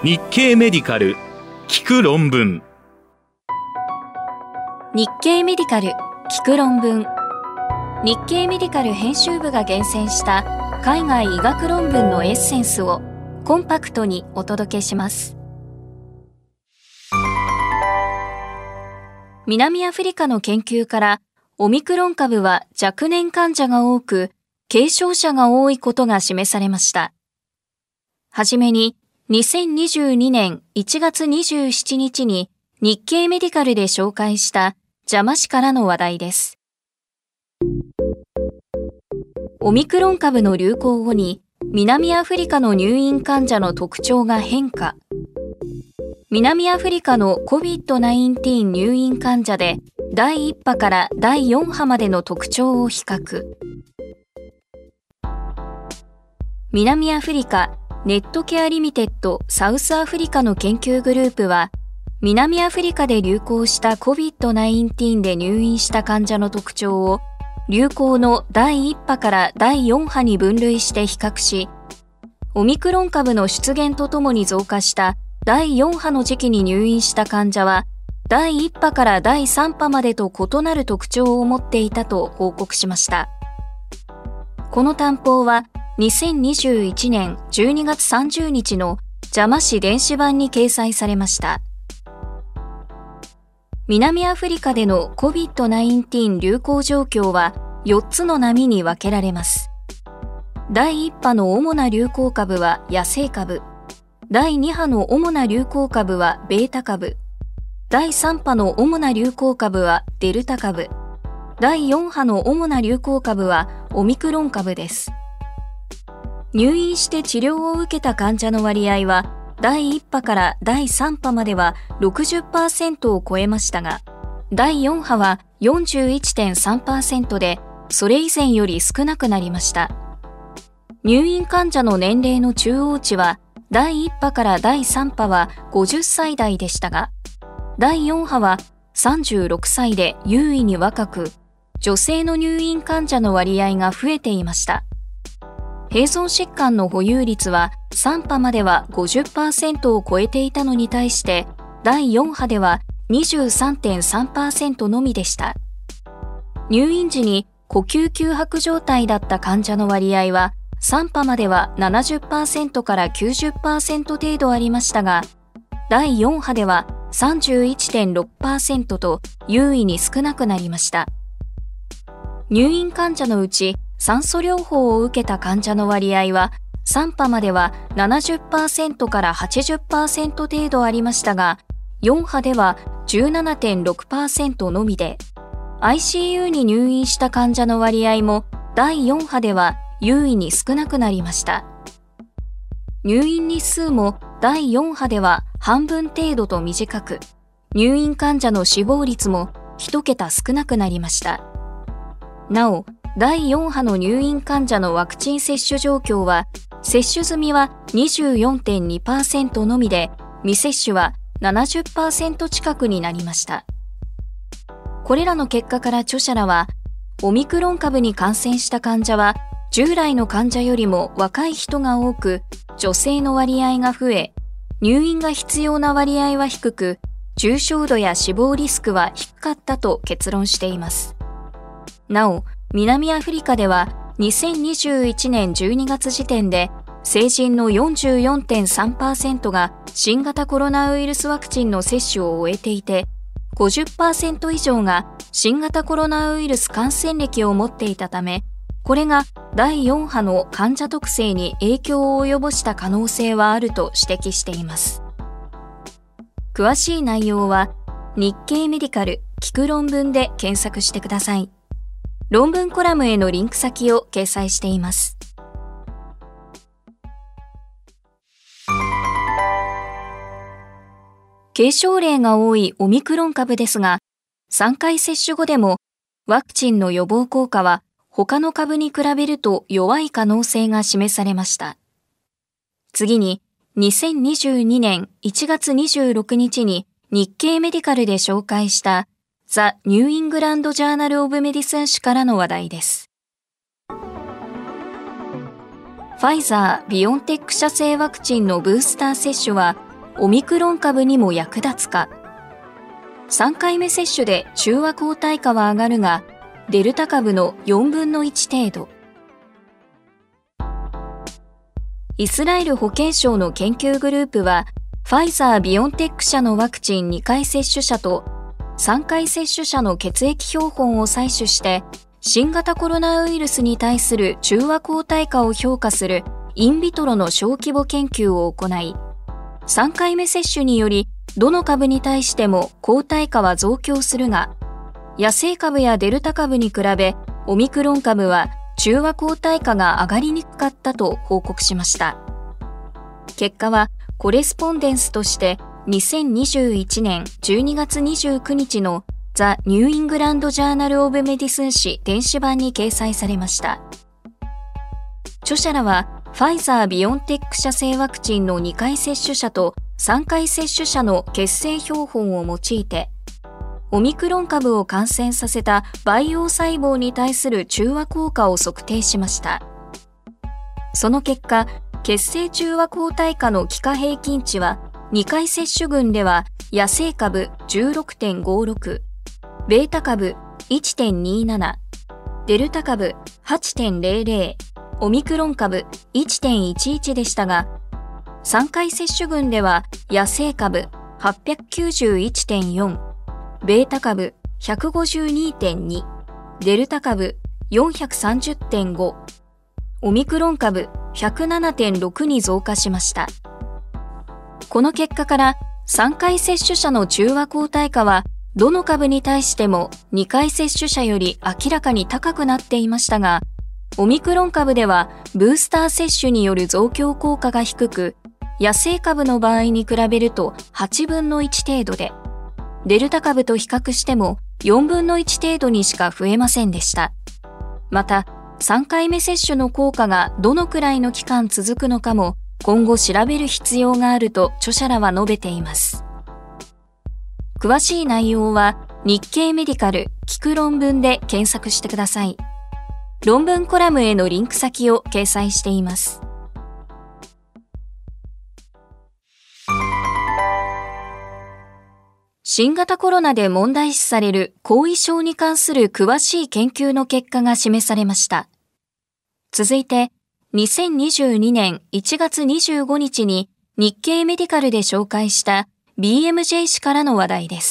日経メディカル聞く論文。 日経メディカル聞く論文。日経メディカル編集部が厳選した海外医学論文のエッセンスをコンパクトにお届けします。南アフリカの研究からオミクロン株は若年患者が多く軽症者が多いことが示されました。はじめに2022年1月27日に日経メディカルで紹介したJAMA氏からの話題です。オミクロン株の流行後に南アフリカの入院患者の特徴が変化。南アフリカの COVID-19 入院患者で第1波から第4波までの特徴を比較。南アフリカネットケアリミテッドサウスアフリカの研究グループは、南アフリカで流行した COVID-19 で入院した患者の特徴を流行の第1波から第4波に分類して比較し、オミクロン株の出現とともに増加した第4波の時期に入院した患者は、第1波から第3波までと異なる特徴を持っていたと報告しました。この担保は、2021年12月30日のJAMA氏電子版に掲載されました。南アフリカでの COVID-19 流行状況は4つの波に分けられます。第1波の主な流行株は野生株。第2波の主な流行株はベータ株。第3波の主な流行株はデルタ株。第4波の主な流行株はオミクロン株です。入院して治療を受けた患者の割合は、第1波から第3波までは 60% を超えましたが、第4波は 41.3% で、それ以前より少なくなりました。入院患者の年齢の中央値は、第1波から第3波は50歳代でしたが、第4波は36歳で優位に若く、女性の入院患者の割合が増えていました。併存疾患の保有率は3波までは 50% を超えていたのに対して、第4波では 23.3% のみでした。入院時に呼吸窮迫状態だった患者の割合は3波までは 70% から 90% 程度ありましたが、第4波では 31.6% と優位に少なくなりました。入院患者のうち酸素療法を受けた患者の割合は3波までは 70% から 80% 程度ありましたが、4波では 17.6% のみで、ICU に入院した患者の割合も第4波では優位に少なくなりました。入院日数も第4波では半分程度と短く、入院患者の死亡率も1桁少なくなりました。なお、第4波の入院患者のワクチン接種状況は、接種済みは 24.2% のみで、未接種は 70% 近くになりました。これらの結果から著者らは、オミクロン株に感染した患者は、従来の患者よりも若い人が多く、女性の割合が増え、入院が必要な割合は低く、重症度や死亡リスクは低かったと結論しています。なお、南アフリカでは2021年12月時点で成人の 44.3% が新型コロナウイルスワクチンの接種を終えていて、50% 以上が新型コロナウイルス感染歴を持っていたため、これが第4波の患者特性に影響を及ぼした可能性はあると指摘しています。詳しい内容は日経メディカル聞く論文で検索してください。論文コラムへのリンク先を掲載しています。軽症例が多いオミクロン株ですが、3回接種後でもワクチンの予防効果は他の株に比べると弱い可能性が示されました。次に、2022年1月26日に日経メディカルで紹介したザ・ニューイングランド・ジャーナル・オブ・メディスン誌からの話題です。ファイザー・ビオンテック社製ワクチンのブースター接種はオミクロン株にも役立つか。3回目接種で中和抗体価は上がるが、デルタ株の4分の1程度。イスラエル保健省の研究グループは、ファイザー・ビオンテック社のワクチン2回接種者と3回接種者の血液標本を採取して、新型コロナウイルスに対する中和抗体価を評価するインビトロの小規模研究を行い、3回目接種によりどの株に対しても抗体価は増強するが、野生株やデルタ株に比べオミクロン株は中和抗体価が上がりにくかったと報告しました。結果はコレスポンデンスとして2021年12月29日のザ・ニューイングランド・ジャーナル・オブ・メディスン誌電子版に掲載されました。著者らはファイザー・ビオンテック社製ワクチンの2回接種者と3回接種者の血清標本を用いて、オミクロン株を感染させた培養細胞に対する中和効果を測定しました。その結果、血清中和抗体価の期間平均値は2回接種群では野生株 16.56、ベータ株 1.27、デルタ株 8.00、オミクロン株 1.11 でしたが、3回接種群では野生株 891.4、ベータ株 152.2、デルタ株 430.5、オミクロン株 107.6 に増加しました。この結果から3回接種者の中和抗体価はどの株に対しても2回接種者より明らかに高くなっていましたが、オミクロン株ではブースター接種による増強効果が低く、野生株の場合に比べると8分の1程度で、デルタ株と比較しても4分の1程度にしか増えませんでした。また、3回目接種の効果がどのくらいの期間続くのかも今後調べる必要があると著者らは述べています。詳しい内容は日経メディカル聞く論文で検索してください。論文コラムへのリンク先を掲載しています。新型コロナで問題視される後遺症に関する詳しい研究の結果が示されました。続いて、2022年1月25日に日経メディカルで紹介した BMJ 氏からの話題です。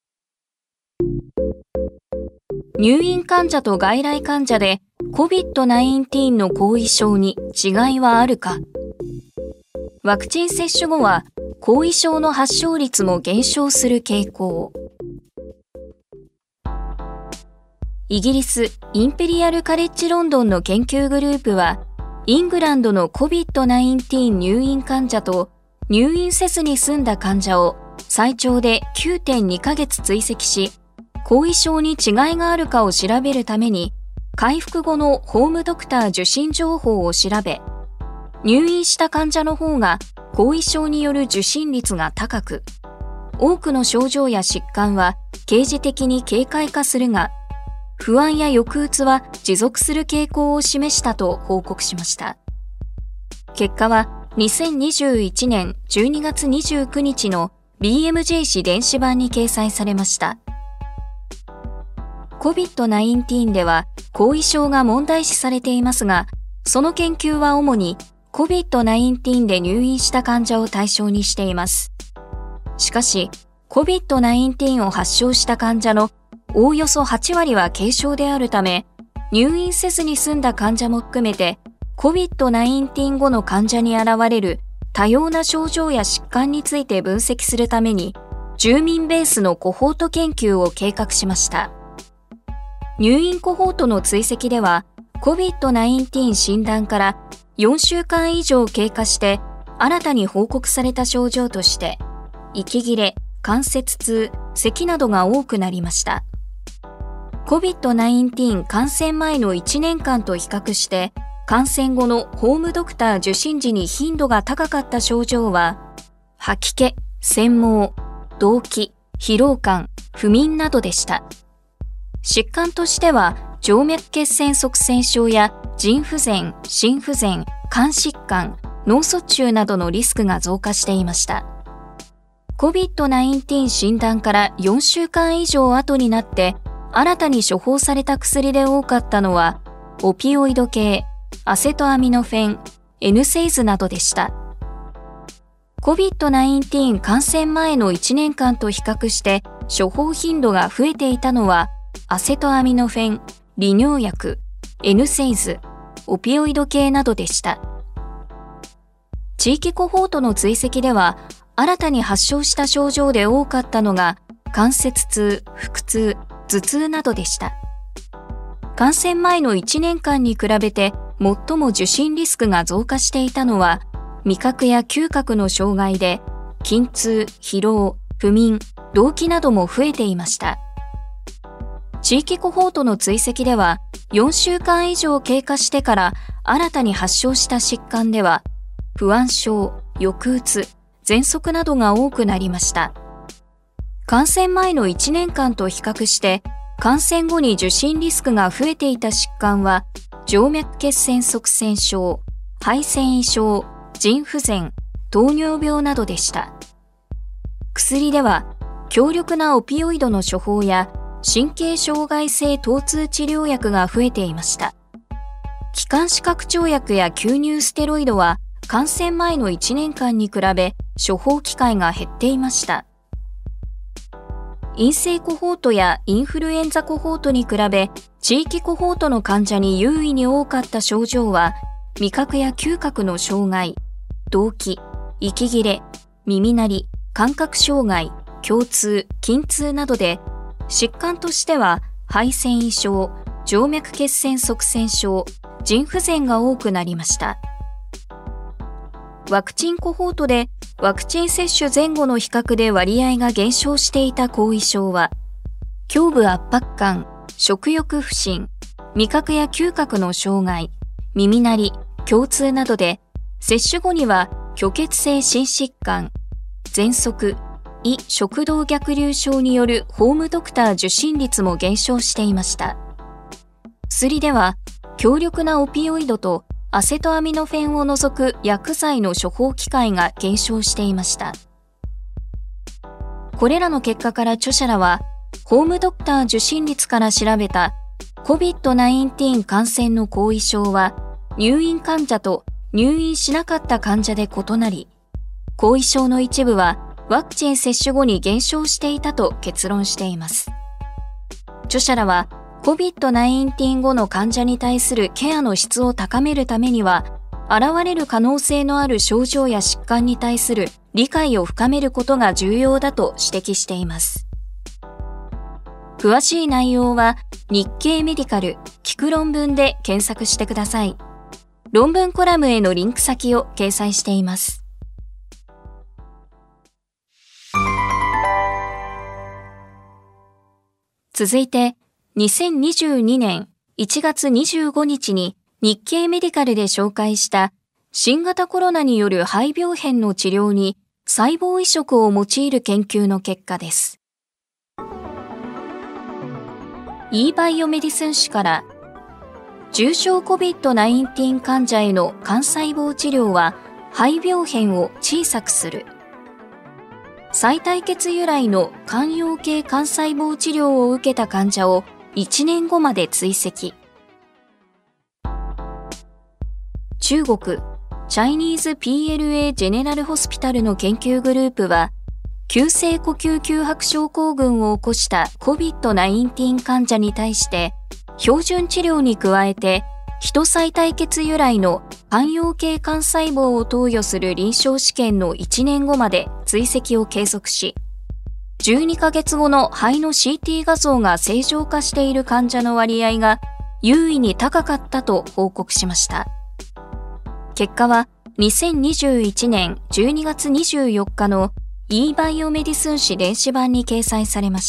入院患者と外来患者で COVID-19 の後遺症に違いはあるか。ワクチン接種後は後遺症の発症率も減少する傾向。イギリスインペリアルカレッジロンドンの研究グループは、イングランドの COVID-19 入院患者と入院せずに済んだ患者を最長で 9.2 ヶ月追跡し、後遺症に違いがあるかを調べるために、回復後のホームドクター受診情報を調べ、入院した患者の方が後遺症による受診率が高く、多くの症状や疾患は刑事的に軽快化するが、不安や抑うつは持続する傾向を示したと報告しました。結果は2021年12月29日の BMJ 誌電子版に掲載されました。COVID-19 では後遺症が問題視されていますが、その研究は主にCOVID-19 で入院した患者を対象にしています。しかし、COVID-19 を発症した患者のおおよそ8割は軽症であるため、入院せずに済んだ患者も含めて、COVID-19 後の患者に現れる多様な症状や疾患について分析するために、住民ベースのコホート研究を計画しました。入院コホートの追跡では、COVID-19 診断から4週間以上経過して新たに報告された症状として、息切れ、関節痛、咳などが多くなりました。COVID-19 感染前の1年間と比較して、感染後のホームドクター受診時に頻度が高かった症状は、吐き気、痙攣、動悸、疲労感、不眠などでした。疾患としては、静脈血栓塞栓症や腎不全、心不全、肝疾患、脳卒中などのリスクが増加していました。 COVID-19 診断から4週間以上後になって新たに処方された薬で多かったのはオピオイド系、アセトアミノフェン、NSAIDs などでした。COVID-19 感染前の1年間と比較して処方頻度が増えていたのはアセトアミノフェン、利尿薬、NSAIDs、オピオイド系などでした。地域コホートの追跡では新たに発症した症状で多かったのが関節痛、腹痛、頭痛などでした。感染前の1年間に比べて最も受診リスクが増加していたのは味覚や嗅覚の障害で筋痛、疲労、不眠、動悸なども増えていました。地域コホートの追跡では4週間以上経過してから新たに発症した疾患では不安症、抑うつ、喘息などが多くなりました。感染前の1年間と比較して感染後に受診リスクが増えていた疾患は静脈血栓塞栓症、肺栓異症、腎不全、糖尿病などでした。薬では強力なオピオイドの処方や神経障害性疼痛治療薬が増えていました。気管支拡張薬や吸入ステロイドは感染前の1年間に比べ処方機会が減っていました。陰性コホートやインフルエンザコホートに比べ地域コホートの患者に優位に多かった症状は味覚や嗅覚の障害、動悸、息切れ、耳鳴り、感覚障害、胸痛、筋痛などで疾患としては肺栓異症、静脈血栓塞栓症、腎不全が多くなりました。ワクチンコホートでワクチン接種前後の比較で割合が減少していた後遺症は胸部圧迫感、食欲不振、味覚や嗅覚の障害、耳鳴り、胸痛などで接種後には虚血性心疾患、喘息、胃食道逆流症によるホームドクター受診率も減少していました。薬では強力なオピオイドとアセトアミノフェンを除く薬剤の処方機会が減少していました。これらの結果から著者らは、ホームドクター受診率から調べた COVID-19 感染の後遺症は入院患者と入院しなかった患者で異なり、後遺症の一部はワクチン接種後に減少していたと結論しています。著者らはCOVID-19 後の患者に対するケアの質を高めるためには、現れる可能性のある症状や疾患に対する理解を深めることが重要だと指摘しています。詳しい内容は日経メディカル聞く論文で検索してください。論文コラムへのリンク先を掲載しています。続いて、2022年1月25日に日経メディカルで紹介した新型コロナによる肺病変の治療に細胞移植を用いる研究の結果です。E バイオメディスン誌から重症 COVID-19 患者への幹細胞治療は肺病変を小さくする。再対血由来の間葉系幹細胞治療を受けた患者を1年後まで追跡。中国チャイニーズ PLA ジェネラルホスピタルの研究グループは、急性呼吸窮迫症候群を起こした COVID-19 患者に対して、標準治療に加えて、ヒ再対血由来の間葉系幹細胞を投与する臨床試験の1年後まで追跡を継続し、12ヶ月後の肺の CT 画像が正常化している患者の割合が優位に高かったと報告しました。結果は2021年12月24日の E バイオメディスン誌電子版に掲載されました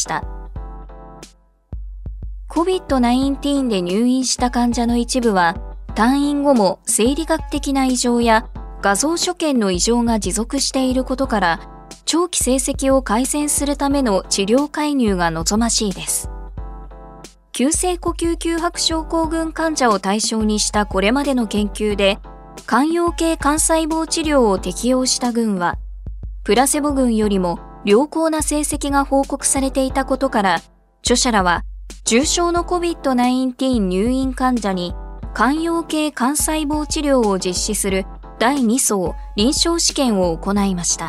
。COVID-19 で入院した患者の一部は、退院後も生理学的な異常や画像所見の異常が持続していることから、長期成績を改善するための治療介入が望ましいです。急性呼吸窮迫症候群患者を対象にしたこれまでの研究で、間葉系幹細胞治療を適用した群は、プラセボ群よりも良好な成績が報告されていたことから、著者らは重症の COVID-19 入院患者に間葉系幹細胞治療を実施する第2相臨床試験を行いました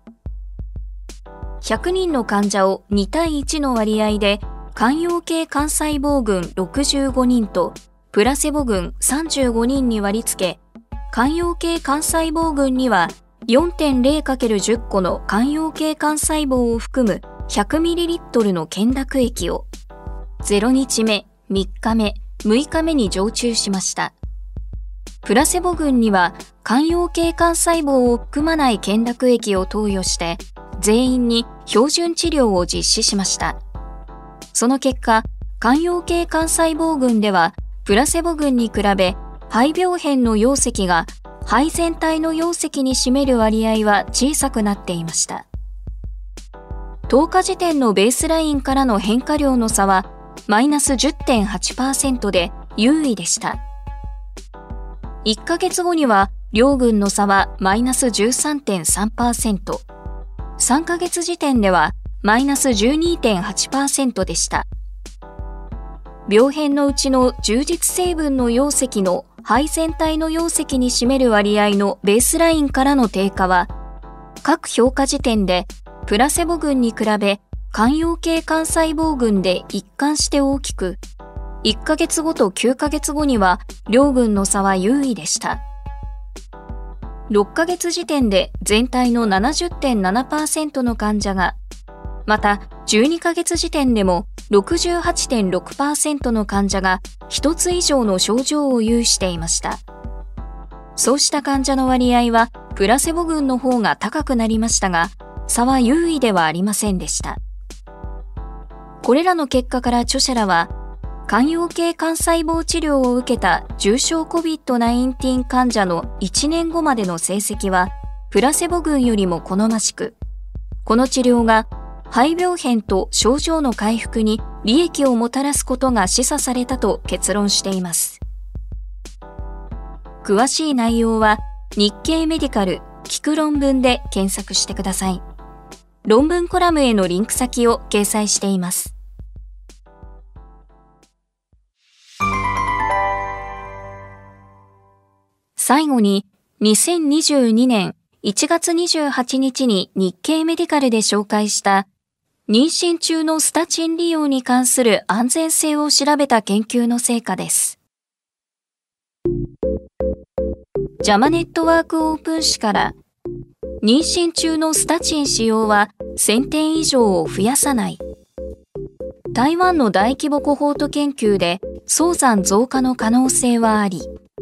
。100人の患者を2対1の割合で間葉系幹細胞群65人とプラセボ群35人に割り付け、間葉系幹細胞群には 4.0×10 個の間葉系幹細胞を含む 100ml の懸濁液を0日目、3日目、6日目に常駐しました。プラセボ群には間葉系幹細胞を含まない懸濁液を投与して全員に標準治療を実施しました。その結果、間葉系幹細胞群ではプラセボ群に比べ肺病変の容積が肺全体の容積に占める割合は小さくなっていました。10日時点のベースラインからの変化量の差はマイナス 10.8% で優位でした。1ヶ月後には両群の差はマイナス 13.3%、3ヶ月時点ではマイナス 12.8% でした。病変のうちの充実成分の容積の肺全体の容積に占める割合のベースラインからの低下は、各評価時点でプラセボ群に比べ間葉系幹細胞群で一貫して大きく、1ヶ月後と9ヶ月後には両群の差は優位でした。6ヶ月時点で全体の 70.7% の患者が、また12ヶ月時点でも 68.6% の患者が1つ以上の症状を有していました。そうした患者の割合はプラセボ群の方が高くなりましたが、差は優位ではありませんでした。これらの結果から著者らは、間葉系幹細胞治療を受けた重症 COVID-19 患者の1年後までの成績はプラセボ群よりも好ましく、この治療が肺病変と症状の回復に利益をもたらすことが示唆されたと結論しています。詳しい内容は日経メディカル聞く論文で検索してください。論文コラムへのリンク先を掲載しています。最後に、2022年1月28日に日経メディカルで紹介した妊娠中のスタチン利用に関する安全性を調べた研究の成果です。JAMAネットワークオープン誌から妊娠中のスタチン使用は1000点以上を増やさない。台湾の大規模コホート研究で早産増加の可能性はあり。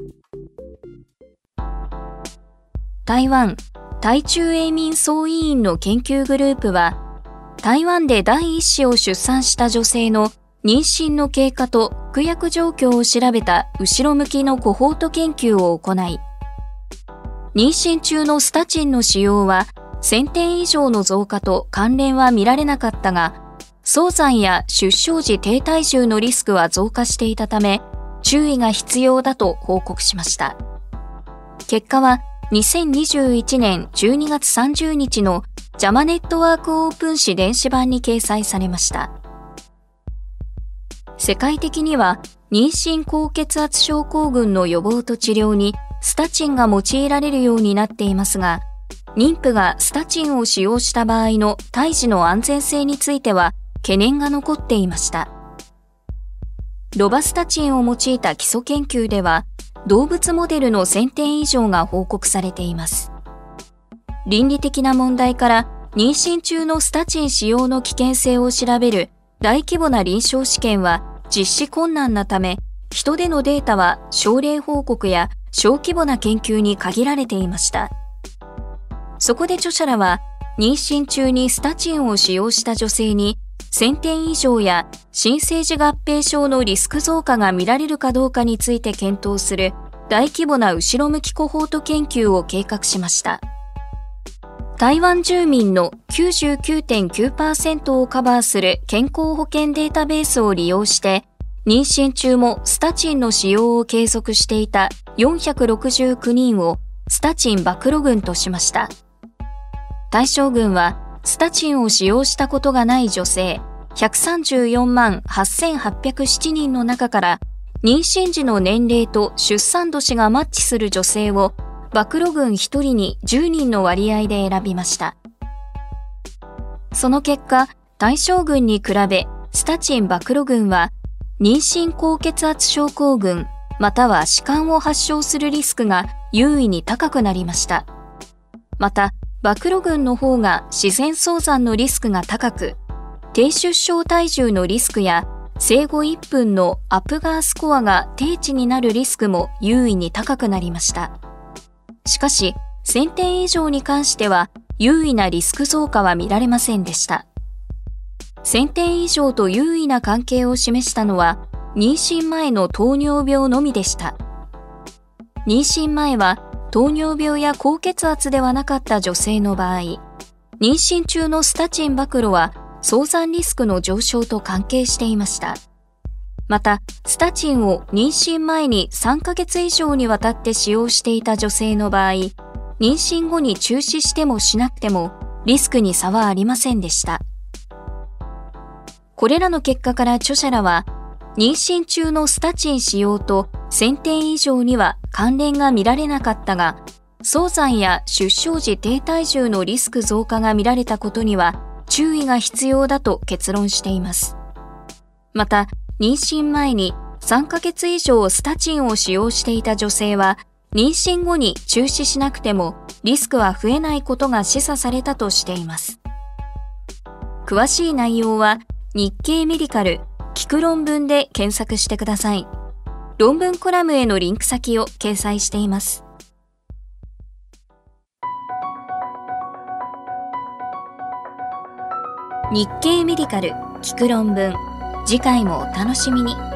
台湾台中永民総委員の研究グループは、台湾で第一子を出産した女性の妊娠の経過と服薬状況を調べた後ろ向きのコホート研究を行い、妊娠中のスタチンの使用は1000点以上の増加と関連は見られなかったが、早産や出生時低体重のリスクは増加していたため、注意が必要だと報告しました。結果は2021年12月30日のJAMAネットワークオープン誌電子版に掲載されました。世界的には妊娠高血圧症候群の予防と治療にスタチンが用いられるようになっていますが、妊婦がスタチンを使用した場合の胎児の安全性については懸念が残っていました。ロバスタチンを用いた基礎研究では、動物モデルの1000点以上が報告されています。倫理的な問題から妊娠中のスタチン使用の危険性を調べる大規模な臨床試験は実施困難なため、人でのデータは症例報告や小規模な研究に限られていました。そこで著者らは、妊娠中にスタチンを使用した女性に1000点以上や新生児合併症のリスク増加が見られるかどうかについて検討する大規模な後ろ向きコホート研究を計画しました。台湾住民の 99.9% をカバーする健康保険データベースを利用して、妊娠中もスタチンの使用を継続していた469人をスタチン暴露群としました。対象群はスタチンを使用したことがない女性134万8807人の中から妊娠時の年齢と出産年がマッチする女性を暴露群1人に10人の割合で選びました。その結果、対象群に比べスタチン暴露群は妊娠高血圧症候群または弛緩を発症するリスクが優位に高くなりました。また、暴露群の方が自然早産のリスクが高く、低出生体重のリスクや生後1分のアプガースコアが低値になるリスクも優位に高くなりました。しかし、1000点以上に関しては優位なリスク増加は見られませんでした。1000点以上と優位な関係を示したのは、妊娠前の糖尿病のみでした。妊娠前は糖尿病や高血圧ではなかった女性の場合、妊娠中のスタチン暴露は早産リスクの上昇と関係していました。また、スタチンを妊娠前に3ヶ月以上にわたって使用していた女性の場合、妊娠後に中止してもしなくてもリスクに差はありませんでした。これらの結果から著者らは、妊娠中のスタチン使用と1000点以上には関連が見られなかったが、早産や出生時低体重のリスク増加が見られたことには注意が必要だと結論しています。また、妊娠前に3ヶ月以上スタチンを使用していた女性は、妊娠後に中止しなくてもリスクは増えないことが示唆されたとしています。詳しい内容は日経メディカル聞く論文で検索してください。論文コラムへのリンク先を掲載しています。日経メディカル聞く論文、次回もお楽しみに。